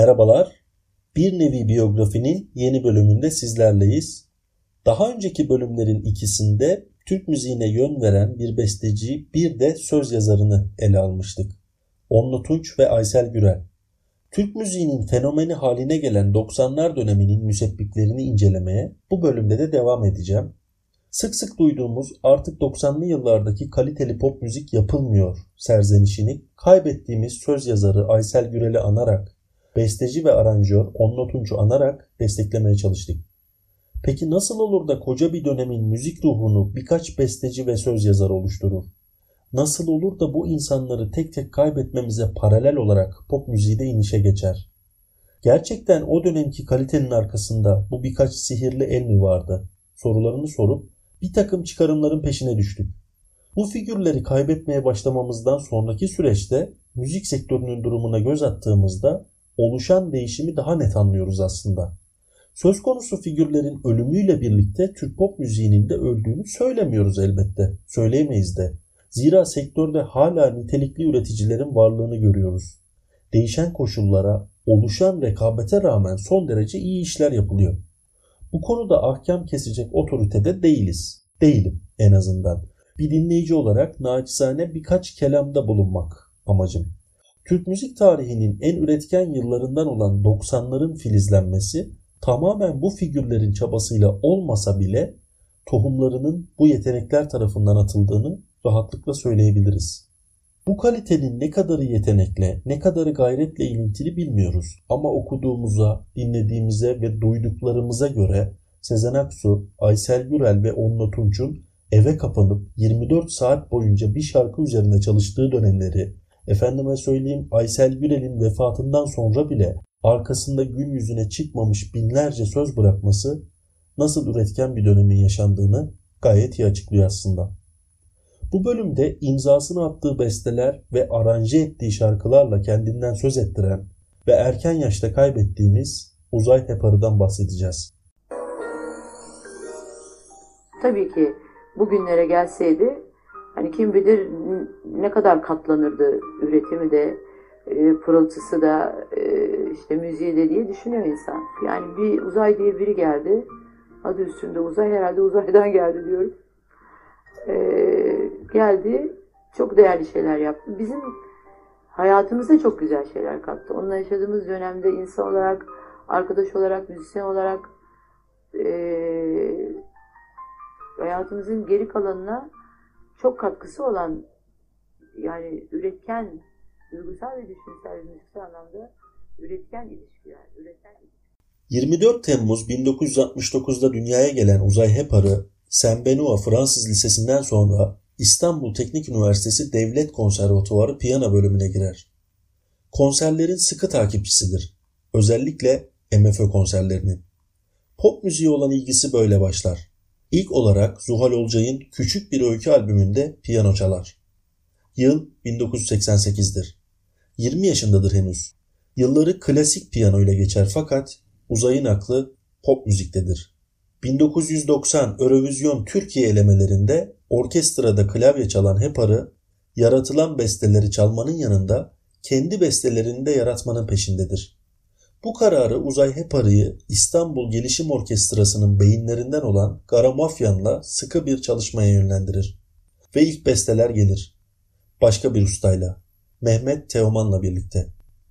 Merhabalar, Bir Nevi Biyografinin yeni bölümünde sizlerleyiz. Daha önceki bölümlerin ikisinde Türk müziğine yön veren bir besteci, bir de söz yazarını ele almıştık. Onno Tunç ve Aysel Gürel. Türk müziğinin fenomeni haline gelen 90'lar döneminin müsebbiplerini incelemeye bu bölümde de devam edeceğim. Sık sık duyduğumuz artık 90'lı yıllardaki kaliteli pop müzik yapılmıyor serzenişini kaybettiğimiz söz yazarı Aysel Gürel'i anarak, besteci ve aranjör Onno Tunç'u anarak desteklemeye çalıştık. Peki nasıl olur da koca bir dönemin müzik ruhunu birkaç besteci ve söz yazarı oluşturur? Nasıl olur da bu insanları tek tek kaybetmemize paralel olarak pop müziği de inişe geçer? Gerçekten o dönemki kalitenin arkasında bu birkaç sihirli el mi vardı? Sorularını sorup bir takım çıkarımların peşine düştük. Bu figürleri kaybetmeye başlamamızdan sonraki süreçte müzik sektörünün durumuna göz attığımızda oluşan değişimi daha net anlıyoruz aslında. Söz konusu figürlerin ölümüyle birlikte Türk pop müziğinin de öldüğünü söylemiyoruz elbette. Söyleyemeyiz de. Zira sektörde hala nitelikli üreticilerin varlığını görüyoruz. Değişen koşullara, oluşan rekabete rağmen son derece iyi işler yapılıyor. Bu konuda ahkam kesecek otoritede değiliz. Değilim en azından. Bir dinleyici olarak naçizane birkaç kelamda bulunmak amacım. Türk müzik tarihinin en üretken yıllarından olan 90'ların filizlenmesi tamamen bu figürlerin çabasıyla olmasa bile tohumlarının bu yetenekler tarafından atıldığını rahatlıkla söyleyebiliriz. Bu kalitenin ne kadarı yetenekle, ne kadarı gayretle ilintili bilmiyoruz. Ama okuduğumuza, dinlediğimize ve duyduklarımıza göre Sezen Aksu, Aysel Gürel ve Onno Tunç'un eve kapanıp 24 saat boyunca bir şarkı üzerine çalıştığı dönemleri, efendime söyleyeyim Aysel Gürel'in vefatından sonra bile arkasında gün yüzüne çıkmamış binlerce söz bırakması nasıl üretken bir dönemin yaşandığını gayet iyi açıklıyor aslında. Bu bölümde imzasını attığı besteler ve aranje ettiği şarkılarla kendinden söz ettiren ve erken yaşta kaybettiğimiz Uzay Heparı'dan bahsedeceğiz. Tabii ki bugünlere gelseydi hani kim bilir ne kadar katlanırdı üretimi de pırıltısı da işte müziği de diye düşünüyor insan. Yani bir Uzay diye biri geldi. Adı üstünde Uzay, herhalde uzaydan geldi diyorum. Geldi, çok değerli şeyler yaptı. Bizim hayatımıza çok güzel şeyler kattı. Onunla yaşadığımız dönemde insan olarak, arkadaş olarak, müzisyen olarak hayatımızın geri kalanına çok katkısı olan, yani üretken, duygusal ve düşünsel ve müziksel anlamda üretken ilişkiler. 24 Temmuz 1969'da dünyaya gelen Uzay Heparı, Saint-Benoît Fransız Lisesi'nden sonra İstanbul Teknik Üniversitesi Devlet Konservatuvarı piyano bölümüne girer. Konserlerin sıkı takipçisidir. Özellikle MFÖ konserlerinin. Pop müziğe olan ilgisi böyle başlar. İlk olarak Zuhal Olcay'ın Küçük Bir Öykü albümünde piyano çalar. Yıl 1988'dir. 20 yaşındadır henüz. Yılları klasik piyano ile geçer fakat Uzay'ın aklı pop müziktedir. 1990 Eurovision Türkiye elemelerinde orkestrada klavye çalan Heparı, yaratılan besteleri çalmanın yanında kendi bestelerini de yaratmanın peşindedir. Bu kararı Uzay Heparı'yı İstanbul Gelişim Orkestrası'nın beyinlerinden olan Garamafyan'la sıkı bir çalışmaya yönlendirir. Ve ilk besteler gelir. Başka bir ustayla, Mehmet Teoman'la birlikte.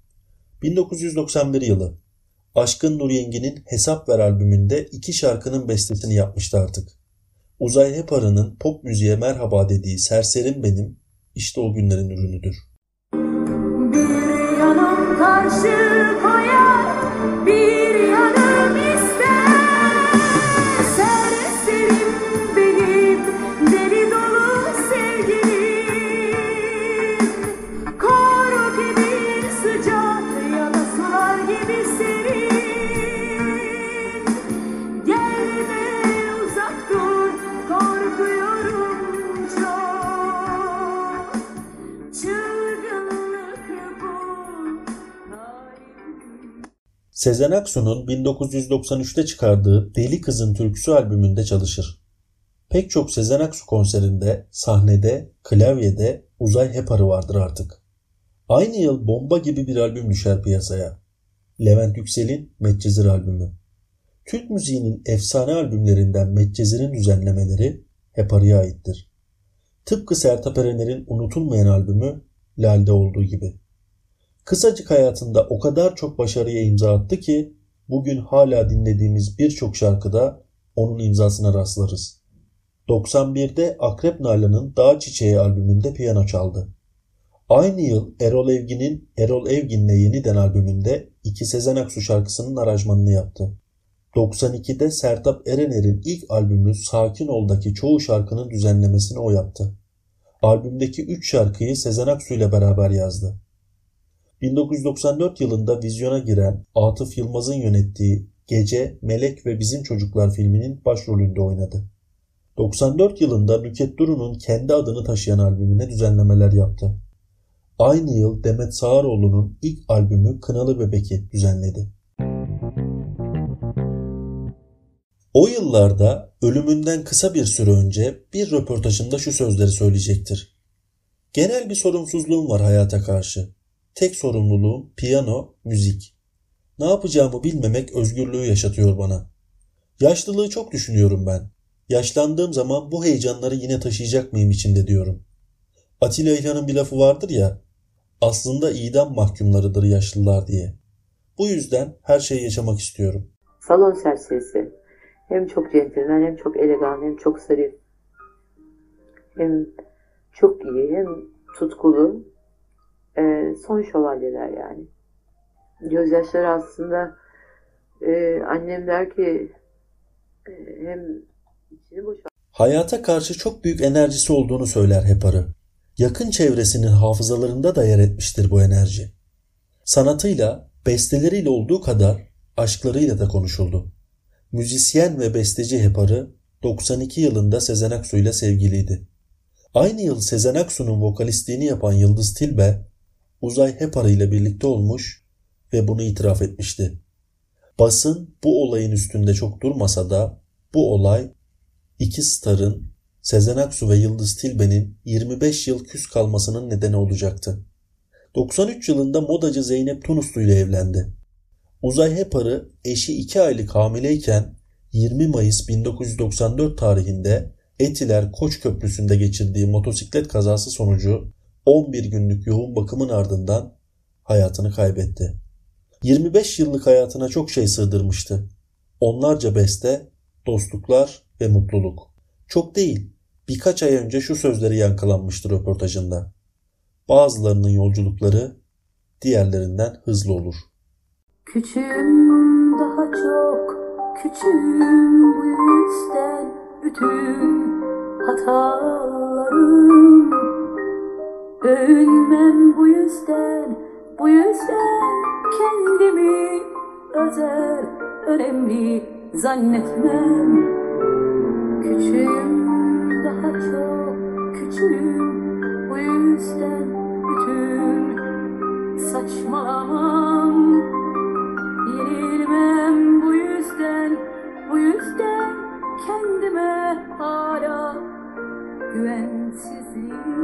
1991 yılı. Aşkın Nur Yengi'nin Hesap Ver albümünde 2 şarkının bestesini yapmıştı artık. Uzay Heparı'nın pop müziğe merhaba dediği Serserim Benim işte o günlerin ürünüdür. Bir yanım karşı koyar, bir yanım ister. Serserim benim, deli dolu sevgilim. Kor gibi sıcak ya da sular gibi serin. Gelme uzak dur, korkuyorum çok. Çılgınlık bu. Sezen Aksu'nun 1993'te çıkardığı Deli Kızın Türküsü albümünde çalışır. Pek çok Sezen Aksu konserinde, sahnede, klavyede Uzay Heparı vardır artık. Aynı yıl Bomba gibi bir albüm düşer piyasaya. Levent Yüksel'in Medcezir albümü. Türk müziğinin efsane albümlerinden Medcezir'in düzenlemeleri Heparı'ya aittir. Tıpkı Sertab Erener'in unutulmayan albümü Lal'de olduğu gibi. Kısacık hayatında o kadar çok başarıya imza attı ki bugün hala dinlediğimiz birçok şarkıda onun imzasına rastlarız. 91'de Akrep Nalan'ın Dağ Çiçeği albümünde piyano çaldı. Aynı yıl Erol Evgin'in Erol Evgin'le Yeniden albümünde iki Sezen Aksu şarkısının aranjmanını yaptı. 92'de Sertab Erener'in ilk albümü Sakin Ol'daki çoğu şarkının düzenlemesini o yaptı. Albümdeki 3 şarkıyı Sezen Aksu ile beraber yazdı. 1994 yılında vizyona giren Atıf Yılmaz'ın yönettiği Gece, Melek ve Bizim Çocuklar filminin başrolünde oynadı. 94 yılında Nükhet Duru'nun kendi adını taşıyan albümüne düzenlemeler yaptı. Aynı yıl Demet Sağaroğlu'nun ilk albümü Kınalı Bebek'i düzenledi. O yıllarda ölümünden kısa bir süre önce bir röportajında şu sözleri söyleyecektir. Genel bir sorumsuzluğum var hayata karşı. Tek sorumluluğum piyano, müzik. Ne yapacağımı bilmemek özgürlüğü yaşatıyor bana. Yaşlılığı çok düşünüyorum ben. Yaşlandığım zaman bu heyecanları yine taşıyacak mıyım içinde diyorum. Atilla İlhan'ın bir lafı vardır ya, aslında idam mahkumlarıdır yaşlılar diye. Bu yüzden her şeyi yaşamak istiyorum. Salon serserisi. Hem çok centilmen, hem çok elegan, hem çok zarif. Hem çok iyi, hem tutkulu. Son şövalyeler yani. Gözyaşları aslında annem der ki hem içini boşalt. Hayata karşı çok büyük enerjisi olduğunu söyler Heparı. Yakın çevresinin hafızalarında da yer etmiştir bu enerji. Sanatıyla, besteleriyle olduğu kadar aşklarıyla da konuşuldu. Müzisyen ve besteci Heparı 92 yılında Sezen Aksu ile sevgiliydi. Aynı yıl Sezen Aksu'nun vokalistliğini yapan Yıldız Tilbe, Uzay Heparı ile birlikte olmuş ve bunu itiraf etmişti. Basın bu olayın üstünde çok durmasa da bu olay iki starın Sezen Aksu ve Yıldız Tilbe'nin 25 yıl küs kalmasının nedeni olacaktı. 93 yılında modacı Zeynep Tunuslu ile evlendi. Uzay Heparı eşi 2 aylık hamileyken 20 Mayıs 1994 tarihinde Etiler Koç Köprüsü'nde geçirdiği motosiklet kazası sonucu 11 günlük yoğun bakımın ardından hayatını kaybetti. 25 yıllık hayatına çok şey sığdırmıştı. Onlarca beste, dostluklar ve mutluluk. Çok değil, birkaç ay önce şu sözleri yankılanmıştır röportajında. Bazılarının yolculukları diğerlerinden hızlı olur. Küçüğüm, daha çok küçüğüm, bu yüzden bütün hatalarım. Ölmem bu yüzden kendimi özel, önemli zannetmem. Küçüğüm, daha çok küçüğüm, bu yüzden bütün saçmalamam. Yenilmem bu yüzden kendime hala güvensizliğim.